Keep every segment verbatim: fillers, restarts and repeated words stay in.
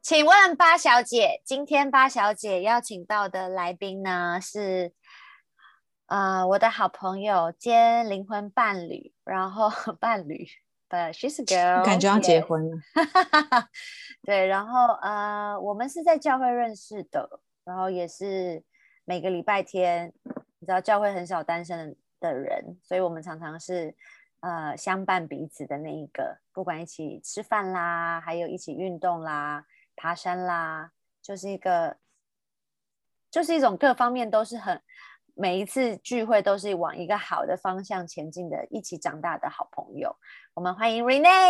请问八小姐，今天八小姐邀请到的来宾呢是呃我的好朋友兼灵魂伴侣，然后伴侣，but she's a 感 girl， 觉要结 yes 婚了。 对，然后呃我们是在教会认识的，然后也是每个礼拜天，你知道教会很少单身的人，所以我们常常是呃相伴彼此的那一个，不管一起吃饭啦，还有一起运动啦。爬山啦，就是一个，就是一种各方面都是很，每一次聚会都是往一个好的方向前进的，一起长大的好朋友。我们欢迎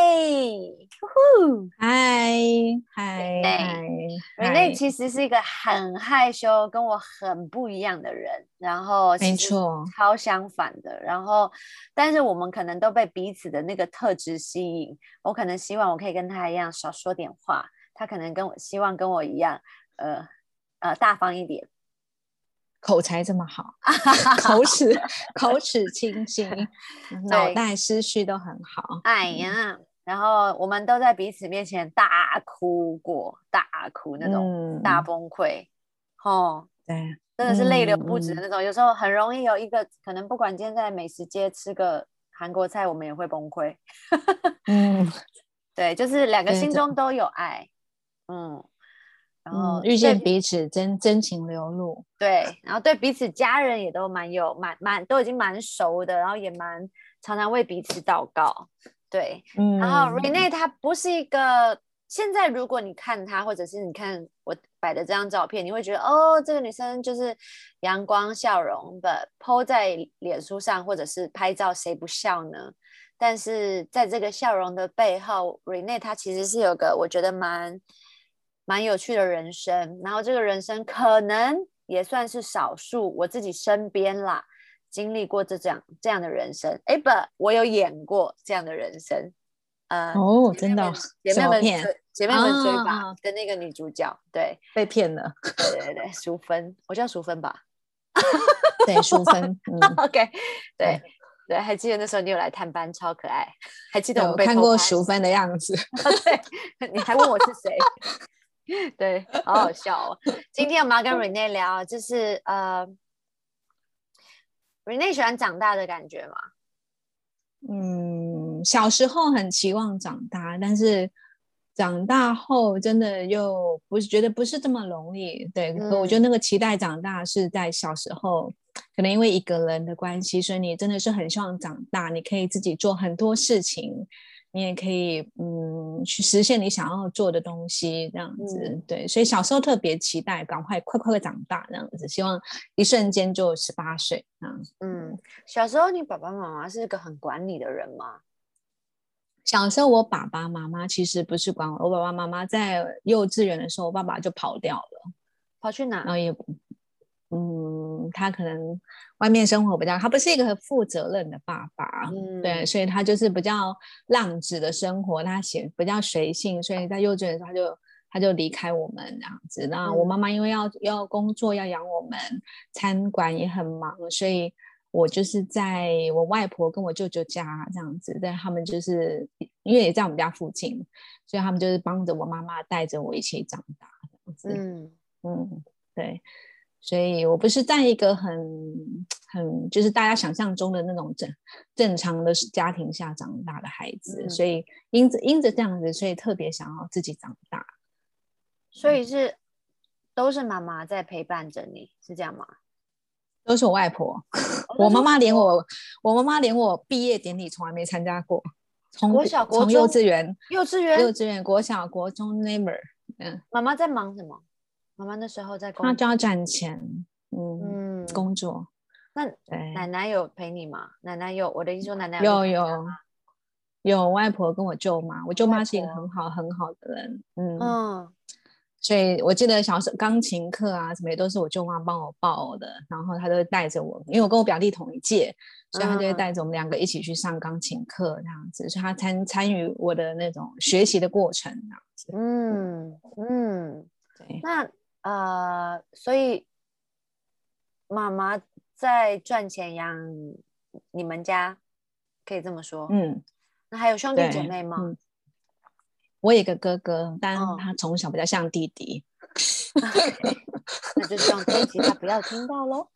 Renee。 嗨嗨 Renee 嗨 Renee 嗨， 其实是一个很害羞，跟我很不一样的人，然后其没实错。 超相反的，然后但是我们可能都被彼此的那个特质吸引。我可能希望我可以跟他一样少说点话，他可能跟我希望跟我一样，呃呃大方一点， 口才这么好，口齿口齿清晰，脑对， 袋思绪都很好。 哎嗯呀，然后我们都在彼此面前大哭过，大哭那种大嗯， 崩溃，哦， 对， 真的是泪流嗯嗯不止的那种。有时候很容易有一个可能，不管今天在美食街吃个韩国菜，我们也会崩溃。 嗯， 对，就是两个对的， 心中都有爱，嗯，然嗯， 后遇见对彼此真真情流露。 对，然后对彼此家人也都蛮有蛮蛮都已经蛮熟的，然后也蛮常常为彼此祷告。对，然后嗯 Renee 她不是一个，现在如果你看她，或者是你看我摆的这张照片，你会觉得哦，这个女生就是阳光笑容的 po 在脸书上，或者是拍照，谁不笑呢？但是在这个笑容的背后，Renee 她其实是有个我觉得蛮蛮有趣的人生，然后这个人生可能也算是少数，我自己身边啦经历过这样这样的人生。哎，不，我有演过这样的人生。呃， 哦， 姐妹真的哦。 们，姐什妹们么片追姐妹们追吧啊？ 的那个女主角，对被骗了。 对对对，淑芬，我叫淑芬吧。 对，淑芬。嗯， OK，对对对，还记得那时候你有来探班，超可爱。还记得对， 我们我看过被偷拍， 淑芬的样子。 对，你还问我是谁？对，好好笑哦。今天我们要跟 Renee 聊，就是呃，Renee 喜欢长大的感觉吗？ 嗯，小时候很期望长大，但是长大后真的又不是觉得不是这么容易。对，可我觉得那嗯个期待长大是在小时候，可能因为一个人的关系，所以你真的是很希望长大，你可以自己做很多事情，你也可以嗯去实现你想要做的东西，这样子。 嗯对，所以小时候特别期待赶快快快长大，这样子，希望一瞬间就十八岁这样。 嗯，小时候你爸爸妈妈是个很管你的人吗？ 小时候我爸爸妈妈其实不是管我，我爸爸妈妈在幼稚园的时候，我爸爸就跑掉了， 跑去哪？ 然后也嗯，他可能外面生活比较，他不是一个很负责任的爸爸。对， 嗯所以他就是比较浪子的生活，他写比较随性，所以在幼稚园的时候他就他就离开我们这样子。那我妈嗯妈因为要要工作要养我们，餐馆也很忙，所以我就是在我外婆跟我舅舅家这样子，但他们就是因为也在我们家附近，所以他们就是帮着我妈妈带着我一起长大这样子。 嗯嗯，对。所以我不是在一个很很就是大家想象中的那种正正常的家庭下长大的孩子，所嗯， 以因着因着这样子，所以特别想要自己长大。 所以是都是妈妈在陪伴着你，是这样吗？ 都是我外婆， 哦，都是外我妈妈连婆。 我我妈妈连我毕业典礼从来没参加过，从国小、国从幼中、 稚园、 幼稚园， 幼稚园、国小、国中，never。嗯， 妈妈在忙什么？妈妈那时候在工作。 她就要赚钱。嗯， 嗯， 工作。 那奶对， 奶有陪你吗？奶奶有，我的意思说奶奶有去参加吗？ 有有有外婆跟我舅妈，我舅外妈是一个很婆， 好很好的人。嗯， 嗯所以我记得小时候钢琴课啊什么也都是我舅妈帮我报的，然后她都会带着我，因为我跟我表弟同一届，所以她就会嗯带着我们两个一起去上钢琴课这样子，所以她参参与我的那种学习的过程这样子。 嗯嗯， 对， 那呃，所以妈妈在赚钱养你们家，可以这么说。 嗯， 那还有兄弟姐对， 妹吗？ 嗯， 我有一个哥哥，但哦他从小比较像弟弟。 OK，那就希望这一集他不要听到咯。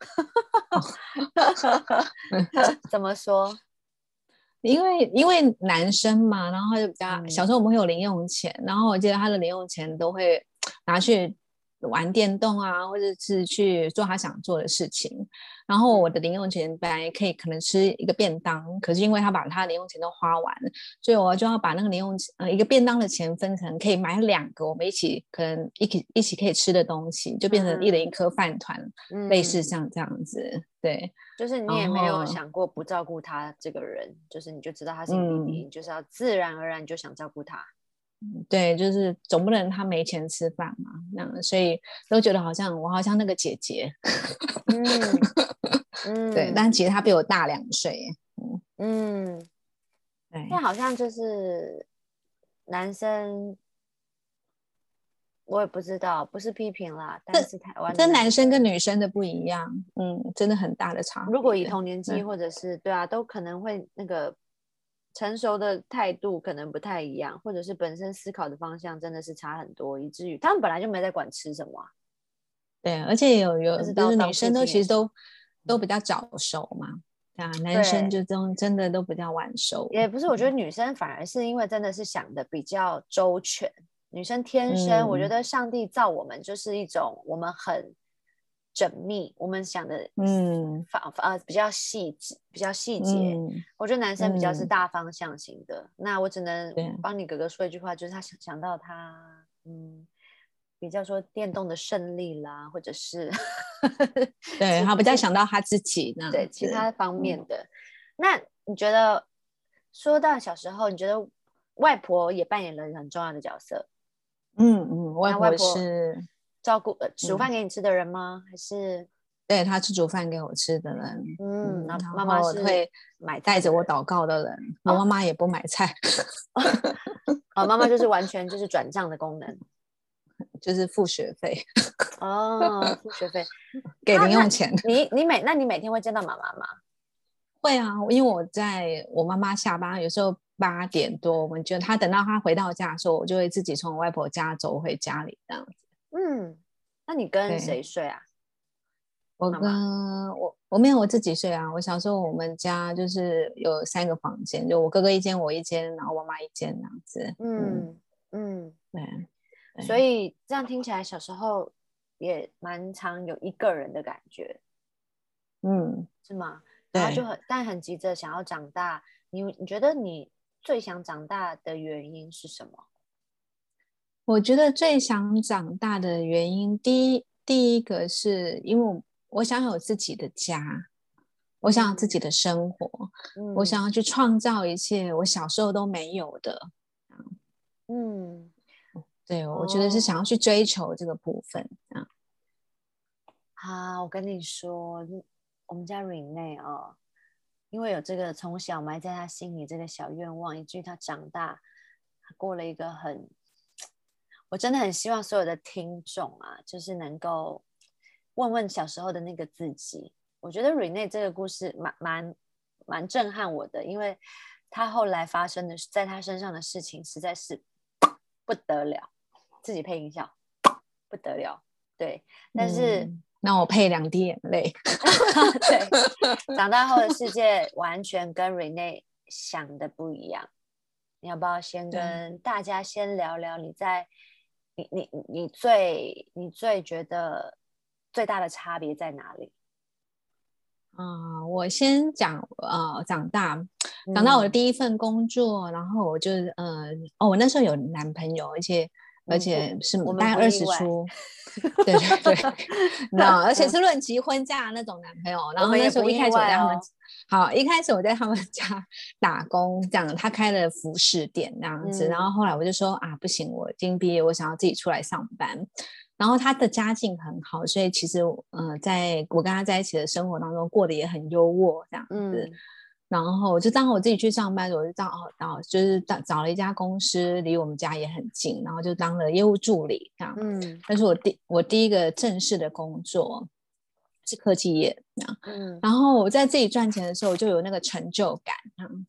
怎么说？ 因为因为男生嘛，然后他就比较、 嗯小时候我们会有零用钱，然后我记得他的零用钱都会拿去玩电动啊，或者是去做他想做的事情。然后我的零用钱本来可以可能吃一个便当，可是因为他把他的零用钱都花完了，所以我就要把那个零用钱呃一个便当的钱分成可以买两个我们一起可能一起一起可以吃的东西，就变成一人一颗饭团， 嗯， 类似像这样子。对， 就是你也没有想过不照顾他这个人，就是你就知道他是你弟弟， 嗯你就是要自然而然就想照顾他。 对，就是总不能他没钱吃饭嘛，那样，所以都觉得好像我好像那个姐姐。 嗯对， 嗯但其实他比我大两岁。嗯， 嗯， 对， 那好像就是男生，我也不知道，不是批评啦，但是台湾的这男生跟男生， 女生的不一样，嗯，真的很大的差别。 如果以同年纪嗯或者是对啊，都可能会那个成熟的态度可能不太一样，或者是本身思考的方向真的是差很多，以至于他们本来就没在管吃什么啊， 对，而且有但是有就是女到当父生都其实亲也是， 都都比较早熟嘛，啊，男生对， 就真真的都比较晚熟。 也不是，我觉得女生反而是因为真的是想的比较周全，女生天生，我觉嗯得上帝造我们就是一种我们很缜密，我们想的嗯方呃比较细致，比较细节。 嗯我觉得男生比较是嗯， 大方向型的。那我只能对帮你哥哥说一句话，就是他想想到他嗯比较说电动的胜利啦，或者是对， 其他比较其想到他自己那样对其子。 他方嗯面的。那你觉得说到小时候，你觉得外婆也扮演了很重要的角色？ 嗯嗯，外婆那外婆是照顾呃煮饭嗯， 给你吃的人吗？还是对，他是煮饭给我吃的人。 嗯， 嗯，然那妈妈是后会买带菜的人？ 着我祷告的人。我妈哦妈也不买菜。 哦，妈妈就是完全就是转账的功能就是付学费。 哦，付学费给啊？那零用钱。 你你每那你每天会见到妈妈吗？ 会啊，因为我在我妈妈下班，有时候八点多，我们就她等到她回到家的时候，我就会自己从外婆家走回家里这样子。 嗯，那你跟对， 谁睡啊？ 我跟妈妈？ 我我没有我自己睡啊。我小时候我们家就是有三个房间，就我哥哥一间，我一间，然后我妈一间这样子。嗯， 嗯嗯， 对所对， 以这样听起来，小时候也蛮常有一个人的感觉， 嗯是吗？然后就对。 很但很急着想要长大。你你觉得你最想长大的原因是什么？ 我觉得最想长大的原因，第一第一个是因为我我想有自己的家，我想有自己嗯的生活，我想嗯要去创造一切我小时候都没有的。 嗯， 对，我觉得是想要哦， 去追求这个部分。啊， 好，我跟你说，我们家 Rene 哦，因为有这个从小埋在他心里这个小愿望，以至于他长大，他过了一个很，我真的很希望所有的听众啊，就是能够问问小时候的那个自己。我觉得 Rene 这个故事蛮蛮蛮震撼我的，因为他后来发生的在他身上的事情实在是不得了，自己配音效不得了，对，但是。 嗯，那我配两滴眼泪。 对，长大后的世界完全跟 Rene 想的不一样。你要不要先对跟大家先聊聊你在你你你最你最觉得最大的差别在哪里？ 啊、我先讲呃，长大，长大我的嗯第一份工作，然后我就呃，哦，我那时候有男朋友，而且而嗯，不， 且是我们大概二不意外， 十出。对对对，你知道，而且是论及婚嫁那种男朋友。然后那时候我们也不一开始我在他们， 意外哦。 好，一开始我在他们家打工，这样他开了服饰店这样子。然后嗯后来我就说啊，不行，我已经毕业，我想要自己出来上班。然后他的家境很好，所以其实呃，在我跟他在一起的生活当中，过得也很优渥这样子。 嗯然后就当我自己去上班，我就当哦，然后就是找找了一家公司，离我们家也很近，然后就当了业务助理这样。 嗯那是我第我第一个正式的工作，是科技业这样。 嗯然后我在自己赚钱的时候，我就有那个成就感这样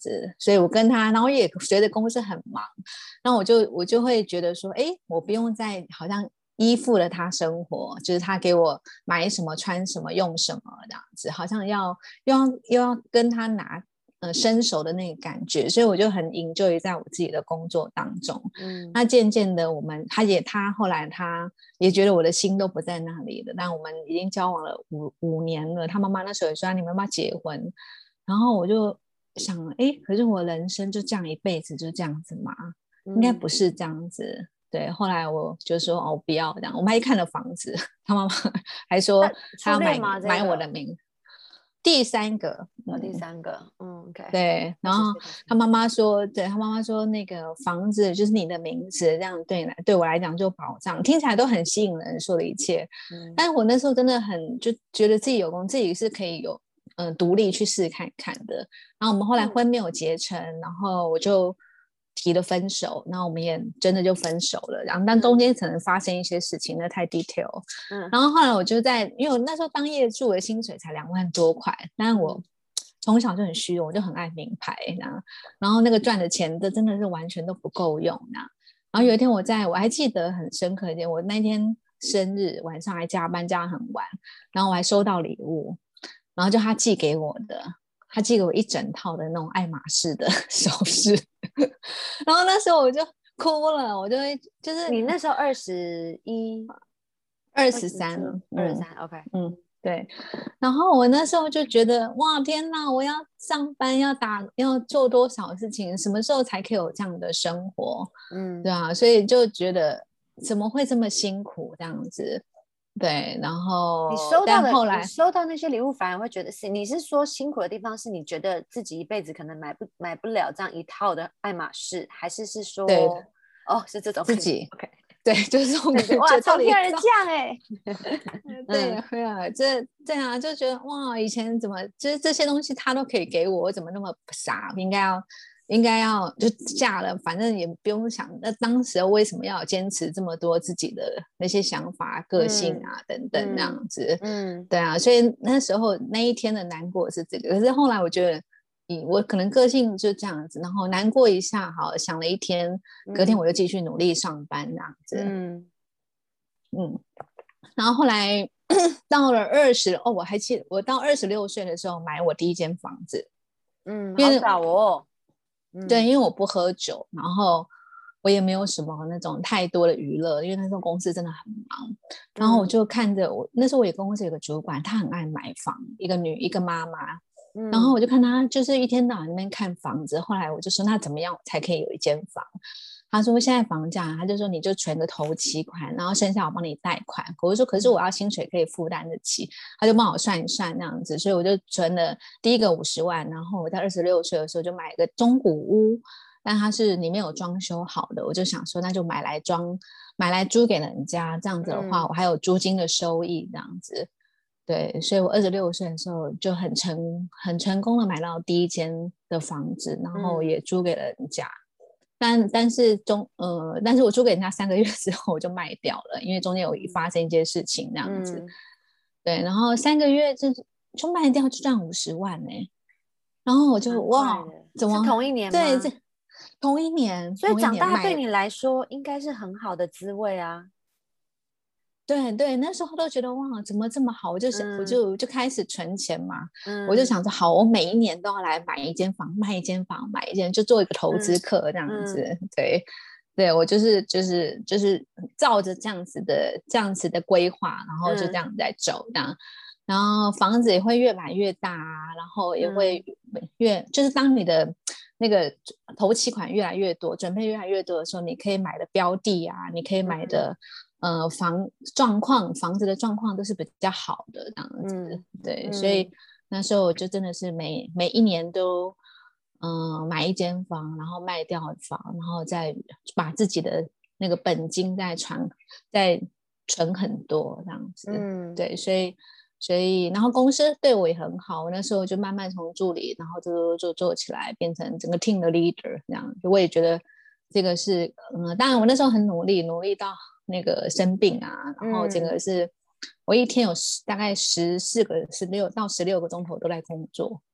子，所以我跟他，然后也随着公司很忙，然后我就我就会觉得说，哎，我不用再好像依附了他生活，就是他给我买什么穿什么用什么这样子，好像要又要又要跟他拿呃伸手的那个感觉，所以我就很 enjoy 在我自己的工作当中。嗯，那渐渐的我们他也他后来他也觉得我的心都不在那里了，但我们已经交往了五五年了，他妈妈那时候也说你们要不要结婚，然后我就想，哎，可是我人生就这样一辈子就这样子吗？应该不是这样子。对，后来我就说哦，不要这样。我们还看了房子，他妈妈还说他要买吗、这个、 买我的名。第三个， 哦，第三个，嗯 ，OK。 对，然后他妈妈说，对他妈妈说，那个房子就是你的名字，这样对来对我来讲就保障，听起来都很吸引人，说的一切。嗯，但是我那时候真的很就觉得自己有功，自己是可以有嗯、呃、独立去试看看的。然后我们后来婚没有结成，嗯、然后我就提了分手，那我们也真的就分手了。然后但中间可能发生一些事情，那太 detail。嗯，然后后来我就在，因为我那时候当业助的薪水才两万多块，但我从小就很虚荣，我就很爱名牌，然后那个赚的钱的真的是完全都不够用。然后有一天我在我还记得很深刻一点，我那天生日晚上还加班加很晚，然后我还收到礼物，然后就他寄给我的。他寄给我一整套的那种爱马仕的首饰，然后那时候我就哭了，我就会就是你那时候二十一、 二十三、 二十三，OK， 嗯，对。然后我那时候就觉得，哇，天哪！我要上班，要打，要做多少事情，什么时候才可以有这样的生活？嗯，对啊，所以就觉得怎么会这么辛苦这样子？对，然后你收到的， 后来你收到那些礼物，反而会觉得是你是说辛苦的地方是你觉得自己一辈子可能买不买不了这样一套的爱马仕，还是是说对哦是这种自己 OK 对，就是这种感觉， 哇从天而降哎， 对呀对呀，这这样就觉得哇，以前怎么就是这些东西他都可以给我，我怎么那么傻？应该要。应该要就嫁了，反正也不用想。那当时为什么要坚持这么多自己的那些想法、个性啊、嗯、等等那样子？嗯，对啊，所以那时候那一天的难过是这个。可是后来我觉得，嗯，我可能个性就这样子，然后难过一下，好想了一天，隔天我就继续努力上班这样子。嗯嗯，然后后来到了二十哦，我还记得我到二十六岁的时候买我第一间房子。 嗯，好早哦。 对，因为我不喝酒，然后我也没有什么那种太多的娱乐，因为那时候公司真的很忙。然后我就看着我、嗯、那时候我也公司有个主管，他很爱买房，一个女一个妈妈。嗯、然后我就看他就是一天到晚那边看房子。后来我就说那怎么样才可以有一间房？他说现在房价，他就说你就存个头期款，然后剩下我帮你贷款。我就说可是我要薪水可以负担得起，他就帮我算一算那样子，所以我就存了第一个五十万，然后我在二十六岁的时候就买一个中古屋，但它是里面有装修好的，我就想说那就买来装，买来租给人家，这样子的话、嗯、我还有租金的收益这样子。对，所以我二十六岁的时候就很成很成功的买到第一间的房子，然后也租给了人家。嗯但但是中呃，但是我租给人家三个月之后我就卖掉了，因为中间有发生一件事情那样子。嗯、对，然后三个月就就卖掉就赚五十万呢、欸，然后我就哇，怎么是同一年吗？ 对，这同一年， 所以长大对你来说应该是很好的滋味啊。 对对，那时候都觉得哇，怎么这么好？我就想，嗯、我就就开始存钱嘛。嗯、我就想说，好，我每一年都要来买一间房，卖一间房，买一间，就做一个投资客这样子。嗯、对，对我就是就是就是照着这样子的这样子的规划，然后就这样在走，这样。嗯、然后房子也会越买越大啊，然后也会越、嗯、就是当你的那个头期款越来越多，准备越来越多的时候，你可以买的标的啊，你可以买的。嗯呃，房状况，房子的状况都是比较好的这样子，嗯、对，嗯、所以那时候我就真的是每每一年都，嗯、呃，买一间房，然后卖掉房，然后再把自己的那个本金再存，再存很多这样子，嗯，对，所以所以然后公司对我也很好，我那时候就慢慢从助理，然后就就做起来，变成整个 team 的 leader 这样，我也觉得这个是，嗯，当然我那时候很努力，努力到。那个生病啊，然后这个是、嗯、我一天有大概十四个、十六到十六个钟头都在工作，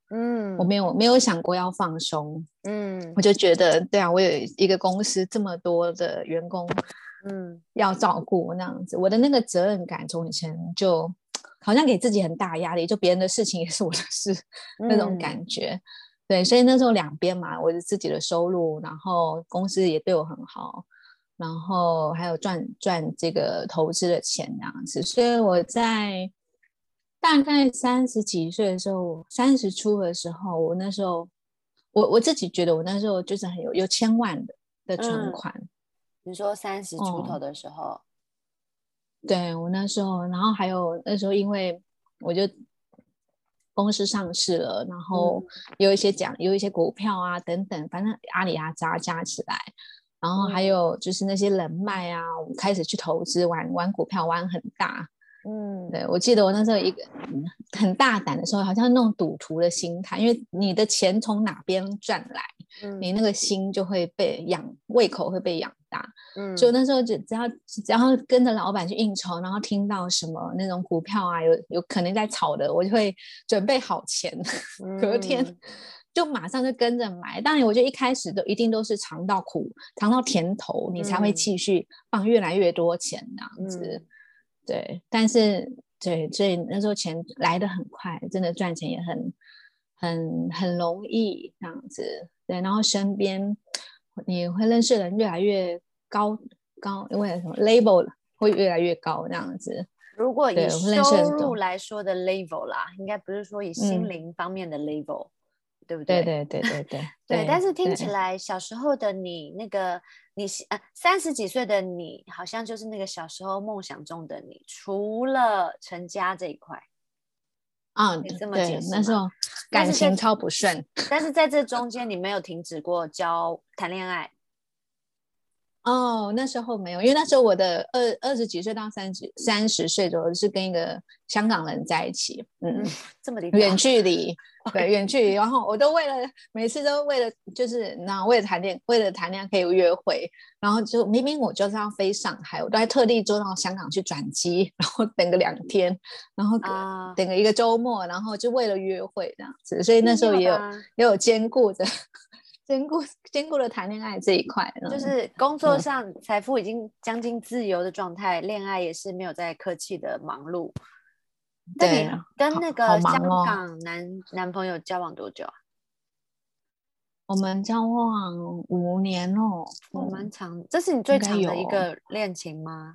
嗯， 我没有没有想过要放松， 嗯， 我就觉得对啊，我有一个公司这么多的员工，嗯，要照顾那样子，我的那个责任感从以前就好像给自己很大压力，就别人的事情也是我的事、嗯、那种感觉。对，所以那时候两边嘛，我自己的收入，然后公司也对我很好，然后还有赚赚这个投资的钱这样子，所以我在大概三十几岁的时候，三十出的时候，我那时候我我自己觉得我那时候就是很有有千万的的存款。 嗯，你说三十出头的时候、哦、 对，我那时候，然后还有那时候因为我就公司上市了，然后有一些奖，有一些股票啊等等，反正阿里阿扎加起来，然后还有就是那些人脉啊，我开始去投资玩玩股票，玩很大。嗯，对，我记得我那时候一个、嗯、很大胆的时候，好像那种赌徒的心态，因为你的钱从哪边赚来，嗯、你那个心就会被养，胃口会被养大。嗯，所以那时候只只要只要跟着老板去应酬，然后听到什么那种股票啊，有有可能在炒的，我就会准备好钱，嗯、隔天就马上就跟着买。当然，我觉得一开始都一定都是尝到苦，尝到甜头，你才会继续放越来越多钱这样子。嗯，对，但是对，所以那时候钱来得很快，真的赚钱也很很很容易这样子。对，然后身边你会认识的人越来越高高，因为什么 label 会越来越高这样子。 如果以收入来说的 level 啦，应该不是说以心灵方面的 level，、嗯、对不对？ 对对对对对对。但是听起来小时候的你，那个你呃三十几岁的你，好像就是那个小时候梦想中的你，除了成家这一块。 啊、嗯，对，那时候感情超不顺。 但是在这中间，你没有停止过交谈恋爱。 哦，那时候没有，因为那时候我的二二十几岁到三十三十岁左右是跟一个香港人在一起，嗯，嗯这么远距离，对，远距离，然后我都为了每次都为了就是那为了谈恋为了谈恋爱可以约会，然后就明明我就是要飞上海，我都还特地坐到香港去转机，然后等个两天，然后等个一个周末，然后就为了约会这样子，所以那时候也有也有兼顾着。兼顾兼顾了谈恋爱这一块， 就是工作上财富已经将近自由的状态，恋、嗯、爱也是没有在客气的忙碌。那你跟那个香港男、哦、男朋友交往多久啊？ 我们交往五年哦， 哦，蛮长。这是你最长的一个恋情吗？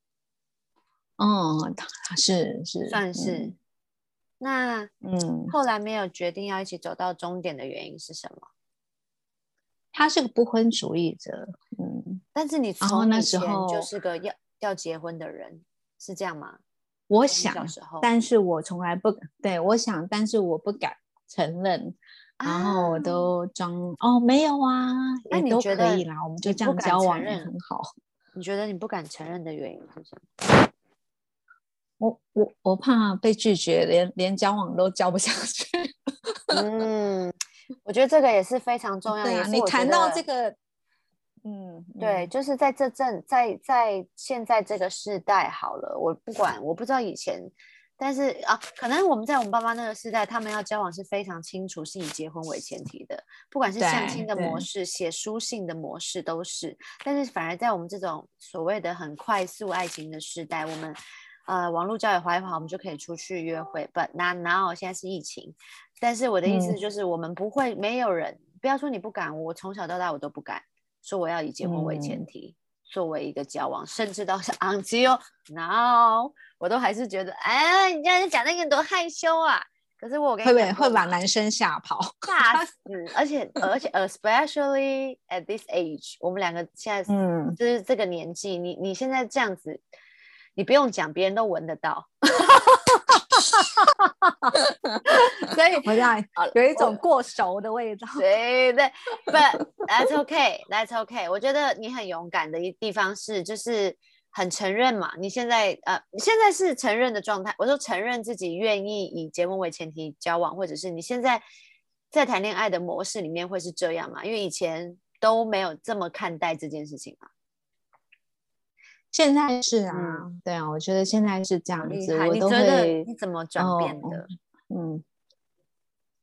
嗯，是是， 算是。嗯、那嗯，后来没有决定要一起走到终点的原因是什么？ 他是个不婚主义者，嗯， 但是你从以前就是个要要结婚的人，是这样吗？ 我想，但是我从来不对，我想，但是我不敢承认，啊、然后我都装哦，没有啊，也都可以啦，我们就这样交往也很好。 你觉得你不敢承认的原因是什么？ 我我我怕被拒绝，连连交往都交不下去。 嗯。我觉得这个也是非常重要。 对啊， 也是你谈到这个，嗯， 对，就是在这阵，在在现在这个世代好了，我不管，我不知道以前，但是啊，可能我们在我们爸妈那个世代，他们要交往是非常清楚，是以结婚为前提的，不管是相亲的模式、写书信的模式都是。但是反而在我们这种所谓的很快速爱情的时代，我们呃网络交友滑一滑，我们就可以出去约会。But not now，现在是疫情。但是我的意思就是，我们不会，没有人，不要说你不敢，我从小到大我都不敢说我要以结婚为前提、嗯、作为一个交往，甚至到是 until now， 我都还是觉得，哎，你这样讲那个多害羞啊！可是我跟你会不会会把男生吓跑？ 吓死！而且而且 ，especially at this age， 我们两个现在嗯，就是这个年纪，你你现在这样子，你不用讲，别人都闻得到。所以我想有一种过熟的味道。 对对 ，But that's okay, that's okay。我觉得你很勇敢的一地方是，就是很承认嘛。你现在呃，你现在是承认的状态。我说承认自己愿意以结婚为前提交往，或者是你现在在谈恋爱的模式里面会是这样嘛？因为以前都没有这么看待这件事情嘛。 现在是啊、嗯，对啊，我觉得现在是这样子，我你觉得你怎么转变的？ 哦、嗯，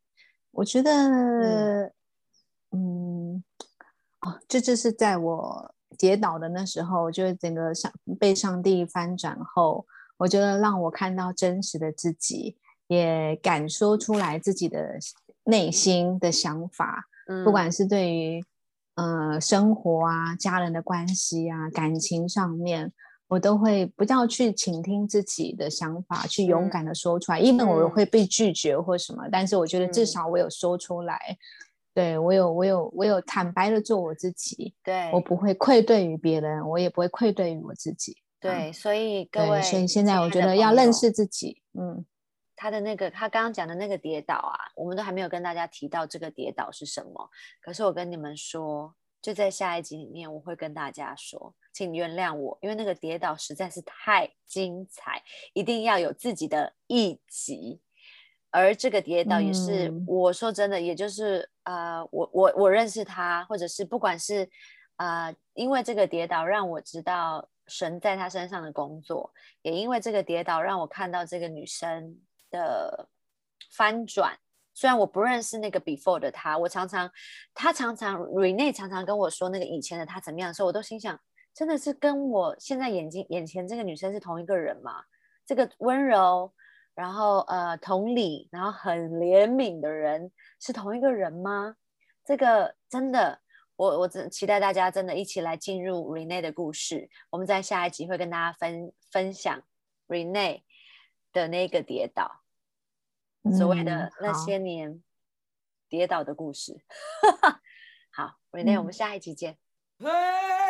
我觉得，嗯，哦，这就是在我跌倒的那时候，就是整个上被上帝翻转后，我觉得让我看到真实的自己，也敢说出来自己的内心的想法，不管嗯是对于呃生活啊、家人的关系啊、感情上面。我都会不要去倾听自己的想法，去勇敢的嗯说出来，因为我嗯会被拒绝或什么，但是我觉得至嗯， 少我有说出来，对，我有我有我有坦白的做我自己，我对不会愧对于别人，我也不会愧对于我自己啊。 对，所以各对，所以现位亲爱的在我觉得要朋友， 认识自己，嗯他的那个他刚刚讲的那个跌倒啊，我们都还没有跟大家提到这个跌倒是什么。可是我跟你们说，就在下一集里面，我会跟大家说，请原谅我，因为那个跌倒实在是太精彩，一定要有自己的一集。而这个跌倒也是嗯我说真的，也就是呃，我我我认识他，或者是不管是呃，因为这个跌倒让我知道神在他身上的工作，也因为这个跌倒让我看到这个女生的翻转。虽然我不认识那个 before 的她，我常常，她常常 Rene 常常跟我说那个以前的她怎么样的时候，我都心想，真的是跟我现在眼睛眼前这个女生是同一个人吗？这个温柔，然后呃同理，然后很怜悯的人是同一个人吗？这个真的，我我真期待大家真的一起来进入 Rene 的故事。我们在下一集会跟大家分分享 Rene 的那个跌倒，所谓嗯， 的那好， 些年跌倒的故事。好，Rene，我们嗯。 下一集见。